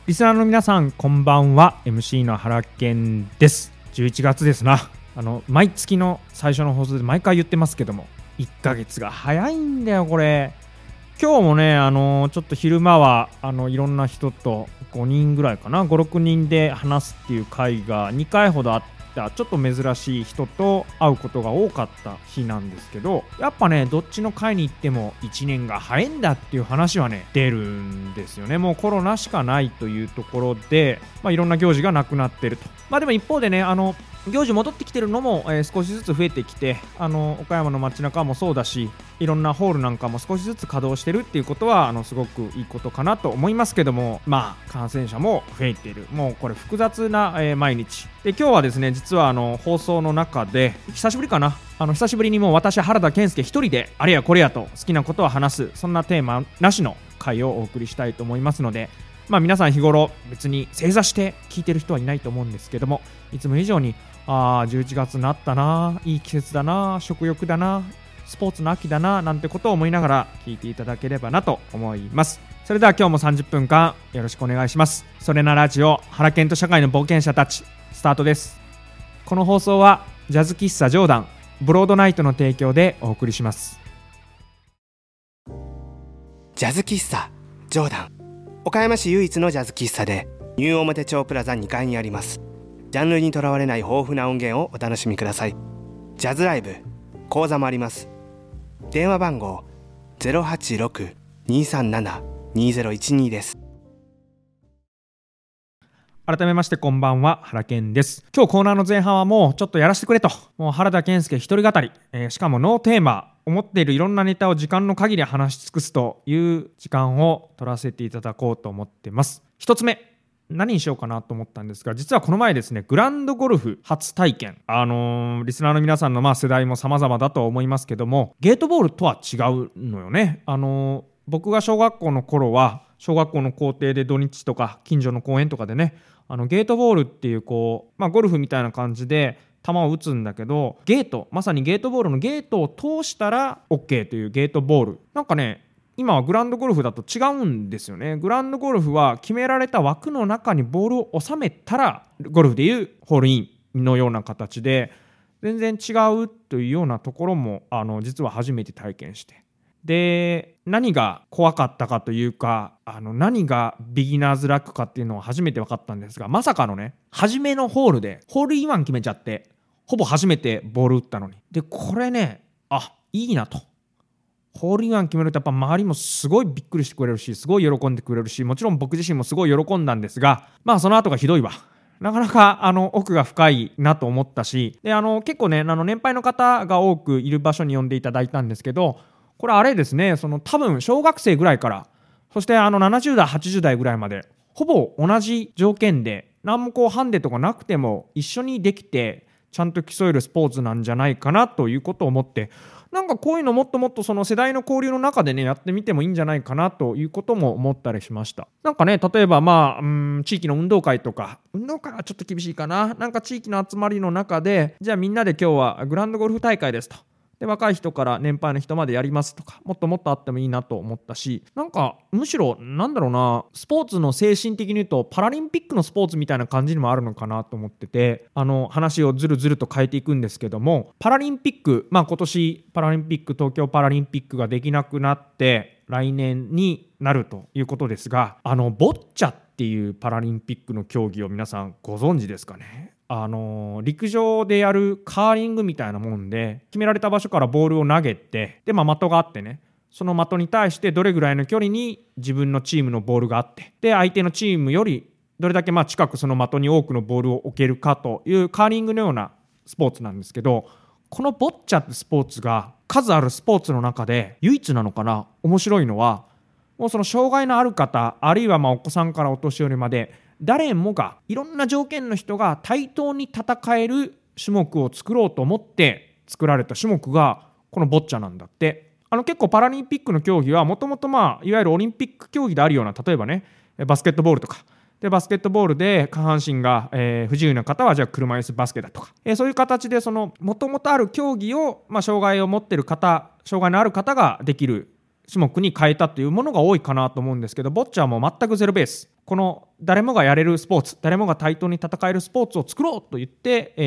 リスナーの皆さんこんばんは。 MC の原健です。11月ですな。毎月の最初の放送で毎回言ってますけども、1ヶ月が早いんだよこれ。今日もねちょっと昼間はいろんな人と5人ぐらいかな、5、6人で話すっていう会が2回ほどあった、ちょっと珍しい人と会うことが多かった日なんですけど、やっぱねどっちの会に行っても1年が早いんだっていう話はね出るんですよね。もうコロナしかないというところで、いろんな行事がなくなってると。でも一方でね行事戻ってきてるのも、少しずつ増えてきて、岡山の街中もそうだし、いろんなホールなんかも少しずつ稼働してるっていうことはすごくいいことかなと思いますけども、感染者も増えている、もうこれ複雑な、毎日で、今日はですね実は放送の中で久しぶりかな、久しぶりにもう私原田健介一人であれやこれやと好きなことを話す、そんなテーマなしの回をお送りしたいと思いますので、皆さん日頃別に正座して聞いてる人はいないと思うんですけども、いつも以上に11月になったな、いい季節だな、食欲だな、スポーツの秋だななんてことを思いながら聞いていただければなと思います。それでは今日も30分間よろしくお願いします。それなラジオ原健と社会の冒険者たち、スタートです。この放送はジャズ喫茶ジョーダンブロードナイトの提供でお送りします。 ジャズ喫茶ジョーダン、岡山市唯一のジャズ喫茶でニュー表町プラザ2階にあります。ジャンルにとらわれない豊富な音源をお楽しみください。ジャズライブ、講座もあります。電話番号 086-237-2012 です。 改めましてこんばんは、原健です。今日コーナーの前半はもうちょっとやらせてくれと、もう原田健介一人語り、しかもノーテーマ、思っているいろんなネタを時間の限り話し尽くすという時間を取らせていただこうと思ってます。一つ目、何にしようかなと思ったんですが、実はこの前ですねグランドゴルフ初体験、リスナーの皆さんの世代も様々だとは思いますけども、ゲートボールとは違うのよね。僕が小学校の頃は小学校の校庭で土日とか近所の公園とかでね、ゲートボールっていうゴルフみたいな感じで球を打つんだけど、ゲート、まさにゲートボールのゲートを通したら OK というゲートボール、なんかね今はグランドゴルフだと違うんですよね。グランドゴルフは決められた枠の中にボールを収めたらゴルフでいうホールインのような形で、全然違うというようなところも実は初めて体験して、で何が怖かったかというか何がビギナーズラックかっていうのは初めて分かったんですが、まさかのね初めのホールでホールインワン決めちゃって、ほぼ初めてボール打ったのに、でこれねいいなと、ホールインワン決めるとやっぱ周りもすごいびっくりしてくれるし、すごい喜んでくれるし、もちろん僕自身もすごい喜んだんですが、その後がひどいわ。なかなか奥が深いなと思ったし、で結構ね年配の方が多くいる場所に呼んでいただいたんですけど、これあれですね、多分小学生ぐらいから、そして70代80代ぐらいまでほぼ同じ条件で、何もハンデとかなくても一緒にできてちゃんと競えるスポーツなんじゃないかなということを思って、なんかこういうのもっともっとその世代の交流の中でねやってみてもいいんじゃないかなということも思ったりしました。なんかね例えば地域の運動会とか、運動会はちょっと厳しいかな、なんか地域の集まりの中で、じゃあみんなで今日はグランドゴルフ大会ですと、で若い人から年配の人までやりますとか、もっともっとあってもいいなと思ったし、なんかむしろなんだろうな、スポーツの精神的に言うとパラリンピックのスポーツみたいな感じにもあるのかなと思ってて、話をずるずると変えていくんですけども、パラリンピック、今年パラリンピック、東京パラリンピックができなくなって来年になるということですが、ボッチャっていうパラリンピックの競技を皆さんご存知ですかね。陸上でやるカーリングみたいなもんで、決められた場所からボールを投げて、で的があってね、その的に対してどれぐらいの距離に自分のチームのボールがあって、で相手のチームよりどれだけ近くその的に多くのボールを置けるかというカーリングのようなスポーツなんですけど、このボッチャってスポーツが数あるスポーツの中で唯一なのかな。面白いのは、もうその障害のある方、あるいはお子さんからお年寄りまで誰もが、いろんな条件の人が対等に戦える種目を作ろうと思って作られた種目がこのボッチャなんだって。結構パラリンピックの競技はもともといわゆるオリンピック競技であるような、例えばねバスケットボールとかで、バスケットボールで下半身が、不自由な方はじゃあ車椅子バスケだとか、そういう形でそのもともとある競技を、障害を持っている方、障害のある方ができる種目に変えたというものが多いかなと思うんですけど、ボッチャはもう全くゼロベース、 この誰もがやれるスポーツ、誰もが対等に戦えるスポーツを作ろうと言って、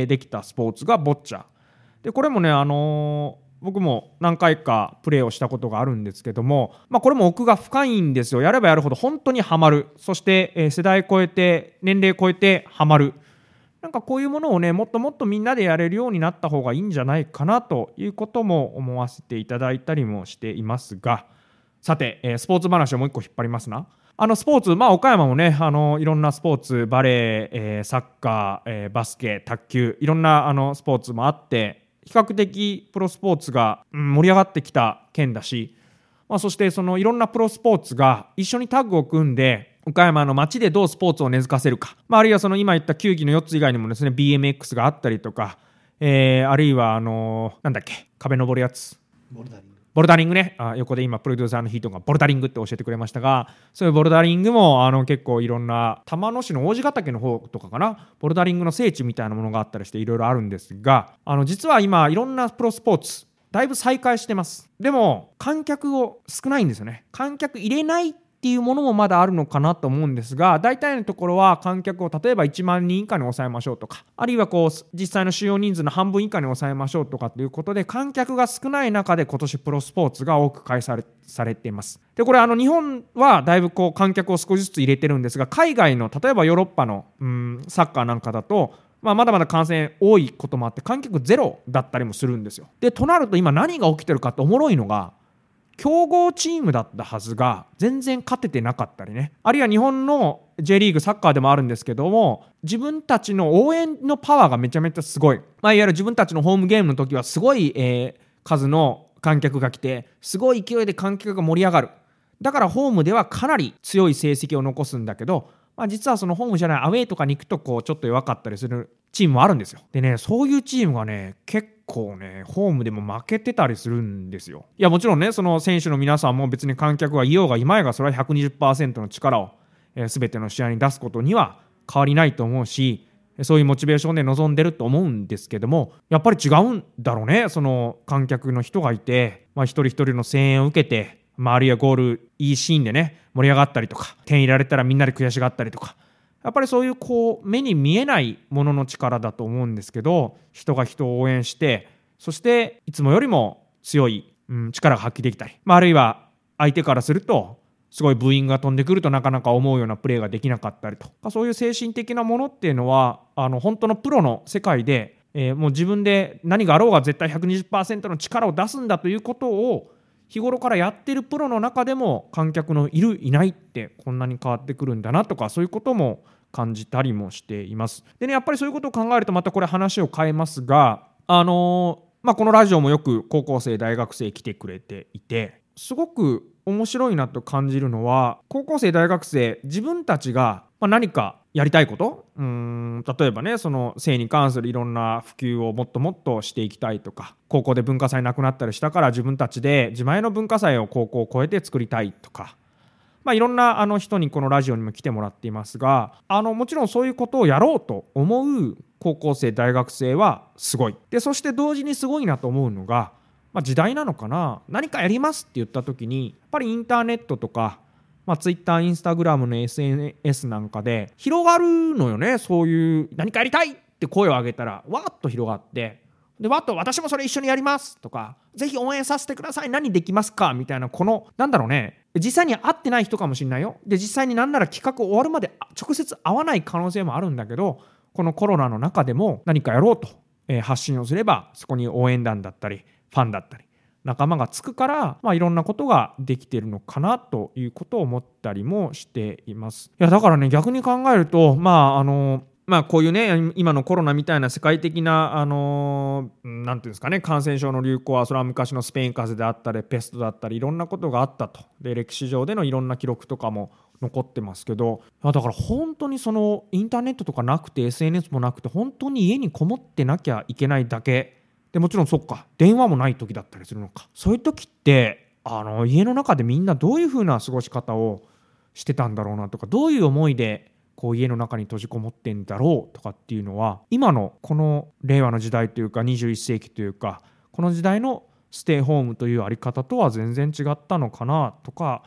できたスポーツがボッチャで、これもね、僕も何回かプレーをしたことがあるんですけども、これも奥が深いんですよ。やればやるほど本当にハマる。そして、世代超えて年齢超えてハマる。なんかこういうものをね、もっともっとみんなでやれるようになった方がいいんじゃないかなということも思わせていただいたりもしていますが、さて、スポーツ話をもう一個引っ張りますな。スポーツ、岡山もね、いろんなスポーツ、バレー、サッカー、バスケ、卓球、いろんなスポーツもあって、比較的プロスポーツが盛り上がってきた県だし、そしてそのいろんなプロスポーツが一緒にタッグを組んで、岡山の街でどうスポーツを根付かせるか、あるいはその今言った球技の4つ以外にもですね、BMX があったりとか、あるいはなんだっけ、壁登るやつ、ボルダリングね。横で今プロデューサーのヒートがボルダリングって教えてくれましたが、そういうボルダリングも結構いろんな玉野市の王子ヶ岳の方とかかな、ボルダリングの聖地みたいなものがあったりしていろいろあるんですが、実は今いろんなプロスポーツだいぶ再開してます。でも観客を少ないんですよね。観客入れないっていうものもまだあるのかなと思うんですが、大体のところは観客を例えば1万人以下に抑えましょうとか、あるいは実際の収容人数の半分以下に抑えましょうとかということで、観客が少ない中で今年プロスポーツが多く開催されています。でこれ日本はだいぶ観客を少しずつ入れてるんですが、海外の例えばヨーロッパのサッカーなんかだとまだまだ感染多いこともあって観客ゼロだったりもするんですよ。でとなると今何が起きてるかっておもろいのが、強豪チームだったはずが全然勝ててなかったりね、あるいは日本の J リーグサッカーでもあるんですけども、自分たちの応援のパワーがめちゃめちゃすごい、いわゆる自分たちのホームゲームの時はすごい、数の観客が来て、すごい勢いで観客が盛り上がる。だからホームではかなり強い成績を残すんだけど、実はそのホームじゃないアウェーとかに行くとちょっと弱かったりするチームもあるんですよ。でね、そういうチームがね結構ねホームでも負けてたりするんですよ。いやもちろんね、その選手の皆さんも別に観客がいようがいまいがそれは 120% の力を、全ての試合に出すことには変わりないと思うし、そういうモチベーションで臨んでると思うんですけども、やっぱり違うんだろうね。その観客の人がいて、一人一人の声援を受けて、あるいはゴールいいシーンでね盛り上がったりとか、点入れられたらみんなで悔しがったりとか、やっぱりそういう目に見えないものの力だと思うんですけど、人が人を応援して、そしていつもよりも強い、力が発揮できたり、あるいは相手からするとすごいブーイングが飛んでくるとなかなか思うようなプレーができなかったりとか、そういう精神的なものっていうのは本当のプロの世界で、もう自分で何があろうが絶対 120% の力を出すんだということを日頃からやってるプロの中でも、観客のいるいないってこんなに変わってくるんだなとか、そういうことも感じたりもしています。でね、やっぱりそういうことを考えるとまたこれ話を変えますが、このラジオもよく高校生大学生来てくれていて、すごく面白いなと感じるのは、高校生大学生自分たちが何かやりたいこと、例えばね、その性に関するいろんな普及をもっともっとしていきたいとか、高校で文化祭なくなったりしたから自分たちで自前の文化祭を高校を超えて作りたいとか、いろんな人にこのラジオにも来てもらっていますが、もちろんそういうことをやろうと思う高校生大学生はすごい。でそして同時にすごいなと思うのが、時代なのかな、何かやりますって言った時にやっぱりインターネットとか、ツイッター、インスタグラムの SNS なんかで広がるのよね。そういう何かやりたいって声を上げたらわーっと広がって、でわっと私もそれ一緒にやりますとか、ぜひ応援させてください、何できますかみたいな、なんだろうね、実際に会ってない人かもしれないよ。で実際になんなら企画終わるまで直接会わない可能性もあるんだけど、このコロナの中でも何かやろうと、発信をすればそこに応援団だったりファンだったり仲間がつくから、いろんなことができているのかなということを思ったりもしています。いやだからね、逆に考えるとこういうね、今のコロナみたいな世界的ななんていうんですかね、感染症の流行はそれは昔のスペイン風邪であったりペストだったりいろんなことがあったと。で歴史上でのいろんな記録とかも残ってますけど、だから本当にそのインターネットとかなくて SNS もなくて本当に家にこもってなきゃいけないだけで、もちろんそっか電話もない時だったりするのか。そういう時って家の中でみんなどういう風な過ごし方をしてたんだろうなとか、どういう思いで家の中に閉じこもってんだろうとかっていうのは、今のこの令和の時代というか21世紀というかこの時代のステイホームというあり方とは全然違ったのかなとか、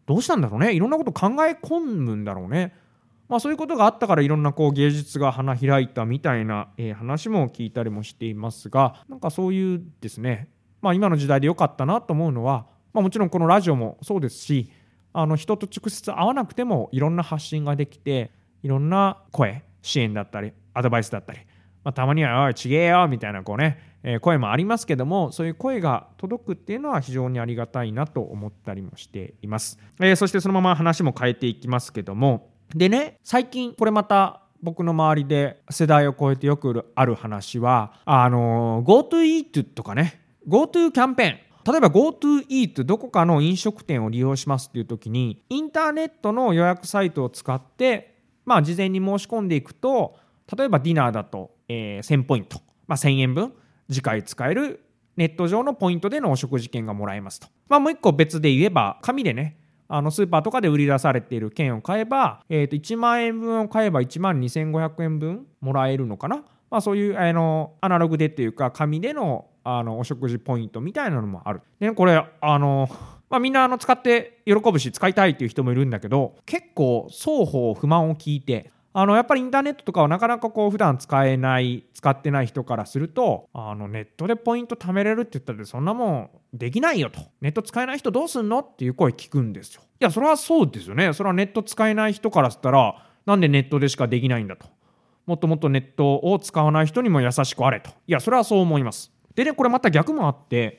どうしたんだろうね。いろんなこと考え込むんだろうね。そういうことがあったからいろんな芸術が花開いたみたいな、話も聞いたりもしていますが、なんかそういうですね、今の時代で良かったなと思うのは、もちろんこのラジオもそうですし、人と直接会わなくてもいろんな発信ができて、いろんな声、支援だったりアドバイスだったり、たまにはおいちげえよみたいな声もありますけども、そういう声が届くっていうのは非常にありがたいなと思ったりもしています。そしてそのまま話も変えていきますけども、でね、最近これまた僕の周りで世代を超えてよくある話は、GoTo Eat とかね、GoTo キャンペーン、例えば GoTo Eat どこかの飲食店を利用しますっていう時に、インターネットの予約サイトを使って事前に申し込んでいくと、例えばディナーだと、1000ポイント、1000円分次回使えるネット上のポイントでのお食事券がもらえますと。もう一個別で言えば、紙でね、スーパーとかで売り出されている券を買えば、1万円分を買えば1万2500円分もらえるのかな。そういうアナログでっていうか紙でのお食事ポイントみたいなのもある。でこれみんな使って喜ぶし使いたいっていう人もいるんだけど、結構双方不満を聞いて、やっぱりインターネットとかをなかなか普段使ってない人からすると、ネットでポイント貯めれるって言ったってそんなもんできないよと。ネット使えない人どうすんのっていう声聞くんですよ。いやそれはそうですよね。それはネット使えない人からしたら、なんでネットでしかできないんだと。もっともっとネットを使わない人にも優しくあれと。いやそれはそう思います。でね、これまた逆もあって、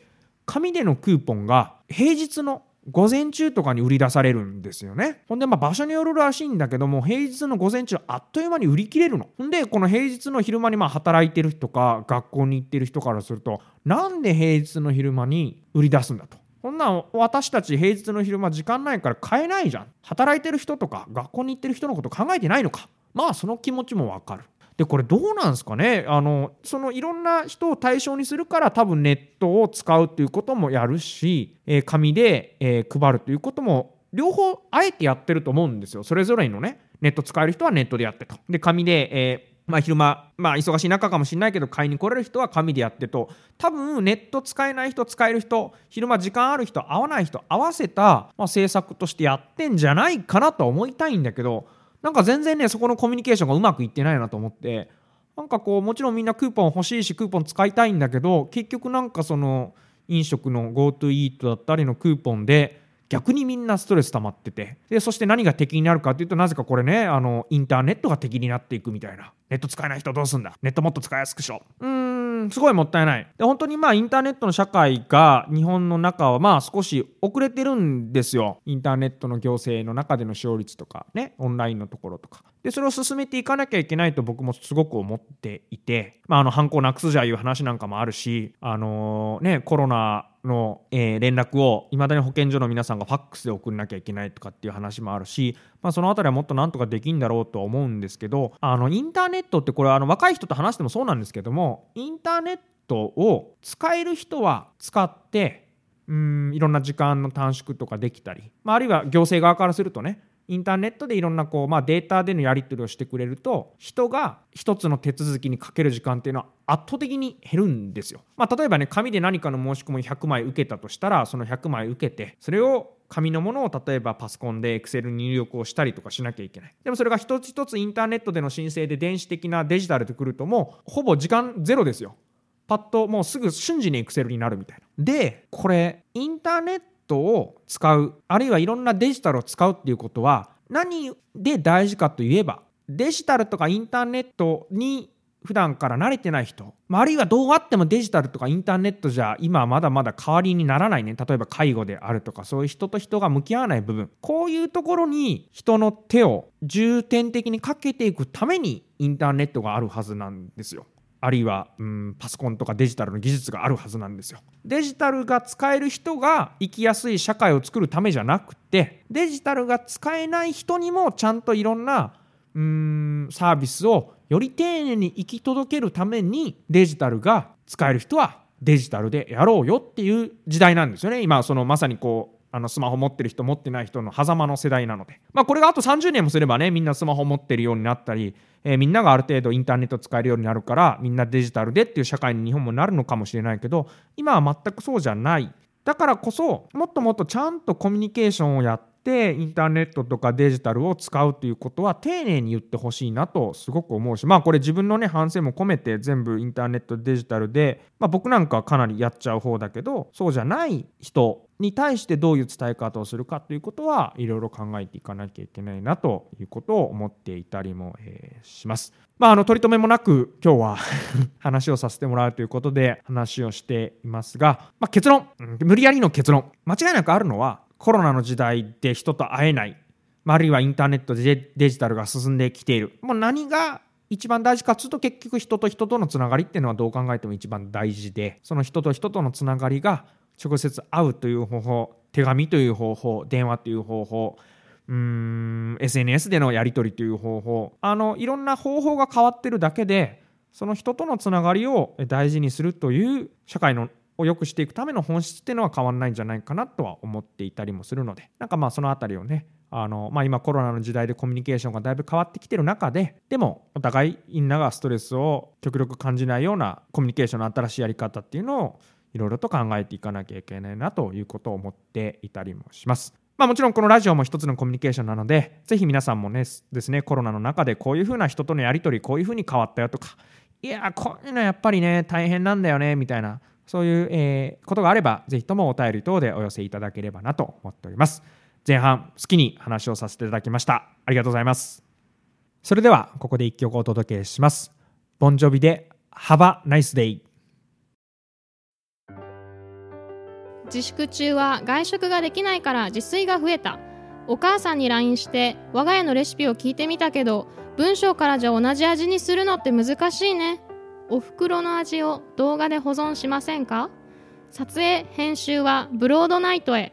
紙でのクーポンが平日の午前中とかに売り出されるんですよね。ほんで場所によるらしいんだけども、平日の午前中あっという間に売り切れるの。ほんでこの平日の昼間に働いてる人か学校に行ってる人からすると、なんで平日の昼間に売り出すんだと。こんなん私たち平日の昼間時間ないから買えないじゃん。働いてる人とか学校に行ってる人のこと考えてないのか。その気持ちもわかる。でこれどうなんですかね。そのいろんな人を対象にするから多分ネットを使うということもやるし、紙で、配るということも両方あえてやってると思うんですよ。それぞれのね、ネット使える人はネットでやってと。で紙で、昼間忙しい中かもしれないけど買いに来れる人は紙でやってと、多分ネット使えない人使える人、昼間時間ある人合わない人合わせた、政策としてやってんじゃないかなと思いたいんだけど、なんか全然ねそこのコミュニケーションがうまくいってないなと思って、なんかもちろんみんなクーポン欲しいしクーポン使いたいんだけど、結局なんかその飲食の GoTo Eat だったりのクーポンで逆にみんなストレス溜まってて、でそして何が敵になるかというと、なぜかこれねインターネットが敵になっていくみたいな。ネット使えない人どうすんだ、ネットもっと使いやすくしろ。すごいもったいない。で本当にインターネットの社会が日本の中は少し遅れてるんですよ。インターネットの行政の中での使用率とかね、オンラインのところとかで、それを進めていかなきゃいけないと僕もすごく思っていて、犯行なくすじゃいう話なんかもあるし、コロナの、連絡をいまだに保健所の皆さんがファックスで送んなきゃいけないとかっていう話もあるし、そのあたりはもっとなんとかできんだろうとは思うんですけど、インターネットってこれ若い人と話してもそうなんですけども、インターネットを使える人は使っていろんな時間の短縮とかできたり、あるいは行政側からするとね、インターネットでいろんなデータでのやり取りをしてくれると、人が一つの手続きにかける時間っていうのは圧倒的に減るんですよ。例えばね、紙で何かの申し込み100枚受けたとしたら、その100枚受けてそれを紙のものを例えばパソコンで Excel に入力をしたりとかしなきゃいけない。でもそれが一つ一つインターネットでの申請で電子的なデジタルで来ると、もうほぼ時間ゼロですよ。パッともうすぐ瞬時に Excel になるみたいな。でこれインターネットを使う、あるいはいろんなデジタルを使うっていうことは何で大事かといえば、デジタルとかインターネットに普段から慣れてない人、あるいはどうあってもデジタルとかインターネットじゃ今まだまだ代わりにならないね、例えば介護であるとか、そういう人と人が向き合わない部分、こういうところに人の手を重点的にかけていくためにインターネットがあるはずなんですよ。あるいはパソコンとかデジタルの技術があるはずなんですよ。デジタルが使える人が生きやすい社会を作るためじゃなくて、デジタルが使えない人にもちゃんといろんなサービスをより丁寧に行き届けるために、デジタルが使える人はデジタルでやろうよっていう時代なんですよね。今まさにスマホ持ってる人持ってない人の狭間の世代なので、これがあと30年もすればね、みんなスマホ持ってるようになったり、みんながある程度インターネット使えるようになるから、みんなデジタルでっていう社会に日本もなるのかもしれないけど、今は全くそうじゃない。だからこそもっともっとちゃんとコミュニケーションをやっってインターネットとかデジタルを使うということは丁寧に言ってほしいなとすごく思うし、これ自分のね反省も込めて全部インターネットデジタルで、僕なんかはかなりやっちゃう方だけど、そうじゃない人に対してどういう伝え方をするかということはいろいろ考えていかなきゃいけないなということを思っていたりもします。取り留めもなく今日は話をさせてもらうということで話をしていますが、結論、無理やりの結論、間違いなくあるのはコロナの時代で人と会えない、あるいはインターネットでデジタルが進んできている。何が一番大事かというと、結局人と人とのつながりっていうのはどう考えても一番大事で、その人と人とのつながりが直接会うという方法、手紙という方法、電話という方法、SNS でのやり取りという方法、いろんな方法が変わってるだけで、その人とのつながりを大事にするという社会を良くしていくための本質っていうのは変わらないんじゃないかなとは思っていたりもするので、そのあたりをね、今コロナの時代でコミュニケーションがだいぶ変わってきてる中で、でもお互いみんながストレスを極力感じないようなコミュニケーションの新しいやり方っていうのをいろいろと考えていかなきゃいけないなということを思っていたりもします。もちろんこのラジオも一つのコミュニケーションなので、ぜひ皆さんもねですね、コロナの中でこういうふうな人とのやり取り、こういうふうに変わったよとか、いやこういうのやっぱりね大変なんだよねみたいな、そういう、ことがあればぜひともお便り等でお寄せいただければなと思っております。前半好きに話をさせていただきました。ありがとうございます。それではここで一曲お届けします。ボンジョビで Have a nice day。 自粛中は外食ができないから自炊が増えた。お母さんに LINE して我が家のレシピを聞いてみたけど、文章からじゃ同じ味にするのって難しいね。お袋の味を動画で保存しませんか？撮影編集はブロードナイトへ。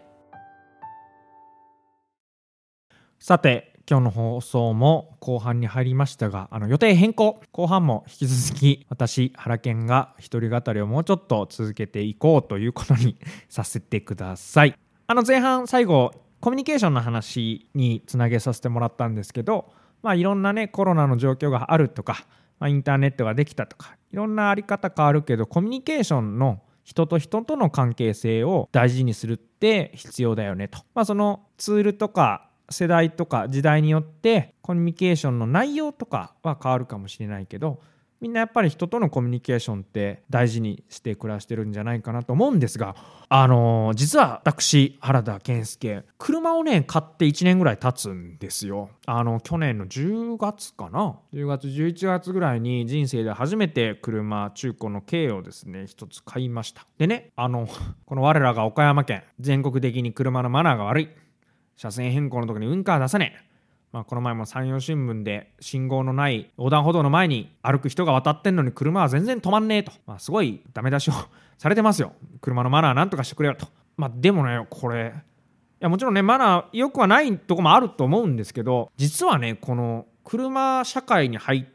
さて今日の放送も後半に入りましたが、予定変更、後半も引き続き私原健が一人語りをもうちょっと続けていこうということにさせてください。前半最後コミュニケーションの話につなげさせてもらったんですけど、いろんなねコロナの状況があるとか、インターネットができたとか、いろんなあり方変わるけど、コミュニケーションの人と人との関係性を大事にするって必要だよねと。そのツールとか世代とか時代によってコミュニケーションの内容とかは変わるかもしれないけど、みんなやっぱり人とのコミュニケーションって大事にして暮らしてるんじゃないかなと思うんですが、実は私原田健介、車をね買って1年ぐらい経つんですよ。去年の10月かな、10月11月ぐらいに人生で初めて車、中古の軽をですね一つ買いました。でね、この我らが岡山県、全国的に車のマナーが悪い、車線変更の時にウインカー出さねえ、この前も山陽新聞で信号のない横断歩道の前に歩く人が渡ってんのに車は全然止まんねえと、すごいダメ出しをされてますよ。車のマナーなんとかしてくれよと。でもねこれもちろんねマナー良くはないとこもあると思うんですけど、実はねこの車社会に入って、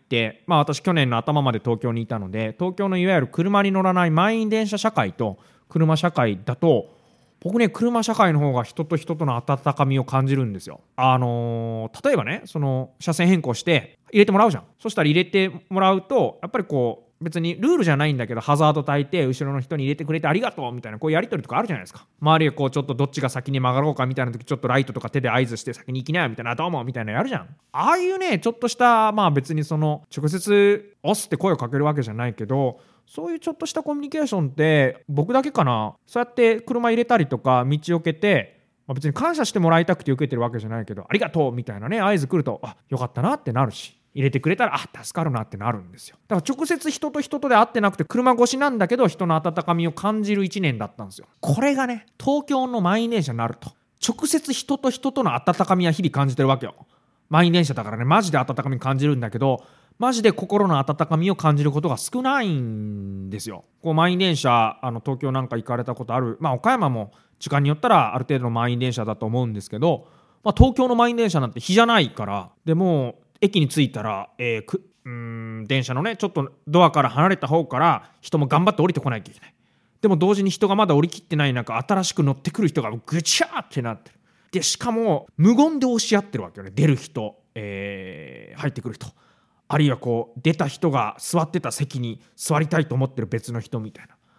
私去年の頭まで東京にいたので、東京のいわゆる車に乗らない満員電車社会と車社会だと、僕ね車社会の方が人と人との温かみを感じるんですよ。例えばね、その車線変更して入れてもらうじゃん。そしたら入れてもらうとやっぱり別にルールじゃないんだけどハザード焚いて後ろの人に入れてくれてありがとうみたいなやり取りとかあるじゃないですか。周りがちょっとどっちが先に曲がろうかみたいな時、ちょっとライトとか手で合図して先に行きなよみたいな、どうもみたいなやるじゃん。ああいうねちょっとした別にその直接押すって声をかけるわけじゃないけど、そういうちょっとしたコミュニケーションって僕だけかな。そうやって車入れたりとか道避けて、別に感謝してもらいたくて受けてるわけじゃないけど、ありがとうみたいなね合図来ると、よかったなってなるし、入れてくれたら助かるなってなるんですよ。だから直接人と人とで会ってなくて車越しなんだけど人の温かみを感じる1年だったんですよ。これがね東京の満員電車になると直接人と人との温かみは日々感じてるわけよ。満員電車だからねマジで温かみ感じるんだけど、マジで心の温かみを感じることが少ないんですよ。満員電車東京なんか行かれたことある、岡山も時間によったらある程度の満員電車だと思うんですけど、東京の満員電車なんて日じゃないから、でも駅に着いたら、電車のねちょっとドアから離れた方から人も頑張って降りてこないといけない。でも同時に人がまだ降りきってない中、新しく乗ってくる人がぐちゃーってなってる。でしかも無言で押し合ってるわけよね。出る人、入ってくる人、あるいは出た人が座ってた席に座りたいと思ってる別の人みたいな。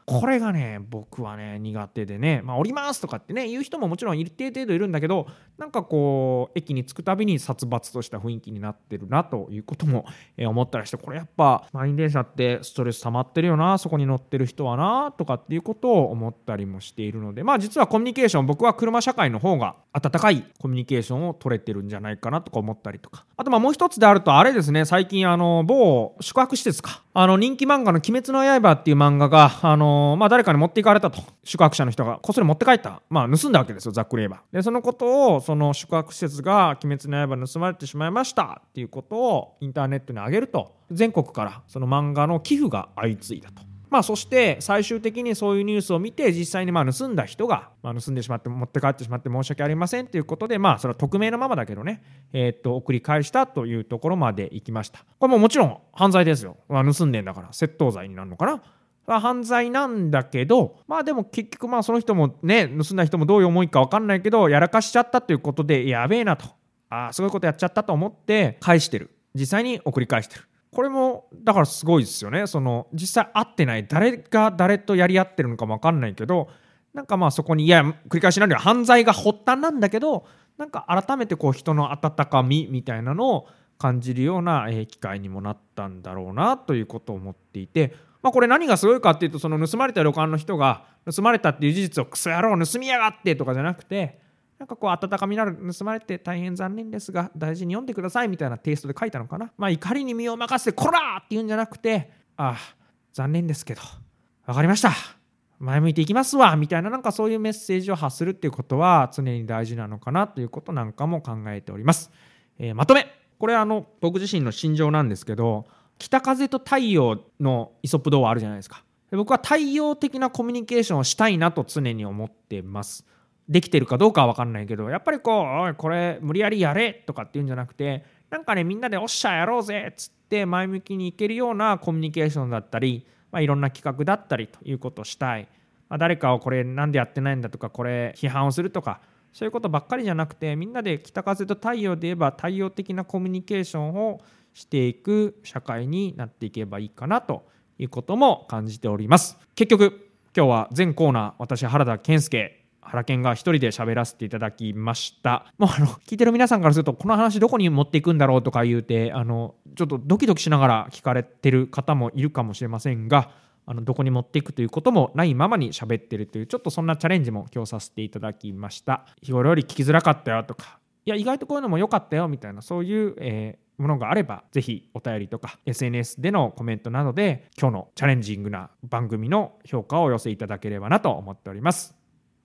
これがね僕はね苦手でね、降りますとかってね言う人ももちろん一定程度いるんだけど、なんかこう駅に着くたびに殺伐とした雰囲気になってるなということも思ったりして、これやっぱ満員電車ってストレス溜まってるよな、そこに乗ってる人はなとかっていうことを思ったりもしているので、実はコミュニケーション、僕は車社会の方が温かいコミュニケーションを取れてるんじゃないかなとか思ったりとか、あともう一つであるとあれですね、最近某宿泊施設か人気漫画の鬼滅の刃っていう漫画が誰かに持っていかれたと、宿泊者の人がこっそり持って帰った、盗んだわけですよ、ざっくり言えば。でそのことをその宿泊施設が鬼滅の刃盗まれてしまいましたっていうことをインターネットに上げると、全国からその漫画の寄付が相次いだと。そして最終的にそういうニュースを見て、実際に盗んだ人が盗んでしまって持って帰ってしまって申し訳ありませんということで、それは匿名のままだけどね、送り返したというところまで行きました。これもちろん犯罪ですよ。盗んでんだから窃盗罪になるのかな、犯罪なんだけど、でも結局その人もね、盗んだ人もどういう思いか分かんないけど、やらかしちゃったということでやべえなと、そういうことやっちゃったと思って返してる、実際に送り返してる。これもだからすごいですよね。実際会ってない、誰が誰とやり合ってるのかも分かんないけど、なんかそこに繰り返しなんで犯罪が発端なんだけど、なんか改めて人の温かみみたいなのを感じるような機会にもなったんだろうなということを思っていて、これ何がすごいかっていうと、その盗まれた旅館の人が盗まれたっていう事実をクソ野郎盗みやがってとかじゃなくて、なんか温かみのある、盗まれて大変残念ですが大事に読んでくださいみたいなテイストで書いたのかな。怒りに身を任せてこらーって言うんじゃなくて、残念ですけど分かりました、前向いていきますわみたいな、なんかそういうメッセージを発するっていうことは常に大事なのかなということなんかも考えております。まとめ、これ僕自身の心情なんですけど、北風と太陽のイソップ童話あるじゃないですか。僕は太陽的なコミュニケーションをしたいなと常に思ってます。できてるかどうかは分かんないけど、やっぱりおいこれ無理やりやれとかっていうんじゃなくて、なんかねみんなでおっしゃやろうぜっつって前向きにいけるようなコミュニケーションだったり、いろんな企画だったりということをしたい。誰かをこれなんでやってないんだとか、これ批判をするとか、そういうことばっかりじゃなくて、みんなで北風と太陽で言えば太陽的なコミュニケーションをしていく社会になっていけばいいかなということも感じております。結局今日は全コーナー私原田健介原健が一人で喋らせていただきました。聞いてる皆さんからするとこの話どこに持っていくんだろうとか言うてちょっとドキドキしながら聞かれてる方もいるかもしれませんが、どこに持っていくということもないままに喋ってるという、ちょっとそんなチャレンジも今日させていただきました。日頃より聞きづらかったよとか、いや意外とこういうのも良かったよみたいな、そういう、ものがあればぜひお便りとか SNS でのコメントなどで今日のチャレンジングな番組の評価をお寄せいただければなと思っております。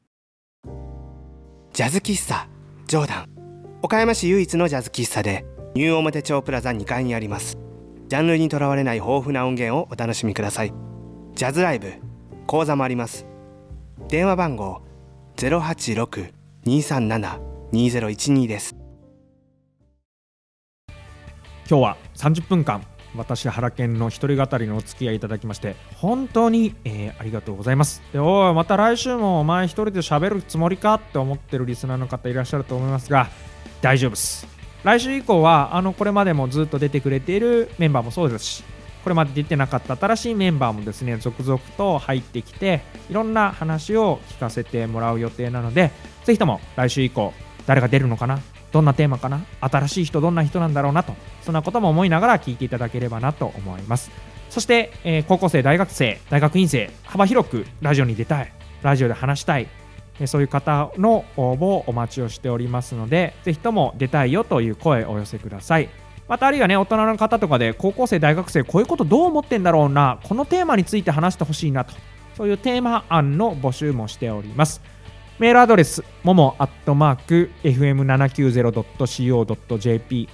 ジャズ喫茶ジョーダン、岡山市唯一のジャズ喫茶でニュー表町プラザ2階にあります。ジャンルにとらわれない豊富な音源をお楽しみください。ジャズライブ、講座もあります。電話番号 086-237-2012 です。 今日は30分間私原健の一人語りのお付き合いいただきまして本当に、ありがとうございます。でまた来週もお前一人で喋るつもりかって思ってるリスナーの方いらっしゃると思いますが、大丈夫です。来週以降はこれまでもずっと出てくれているメンバーもそうですし、これまで出てなかった新しいメンバーもですね続々と入ってきて、いろんな話を聞かせてもらう予定なので、ぜひとも来週以降誰が出るのかな、どんなテーマかな、新しい人どんな人なんだろうなと、そんなことも思いながら聞いていただければなと思います。そして、高校生、大学生、大学院生、幅広くラジオに出たい、ラジオで話したい、そういう方の応募をお待ちをしておりますので、ぜひとも出たいよという声をお寄せください。またあるいはね、大人の方とかで高校生、大学生こういうことどう思ってんだろうな、このテーマについて話してほしいなと、そういうテーマ案の募集もしております。メールアドレスmomo@fm790.co.jp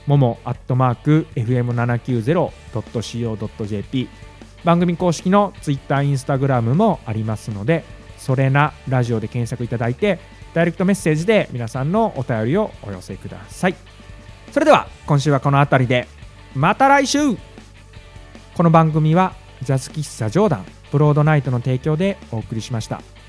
momo@fm790.co.jp 番組公式の Twitter、インスタグラムもありますので、それなラジオで検索いただいてダイレクトメッセージで皆さんのお便りをお寄せください。それでは今週はこのあたりで、また来週。この番組はジャズ喫茶ジョーダンブロードナイトの提供でお送りしました。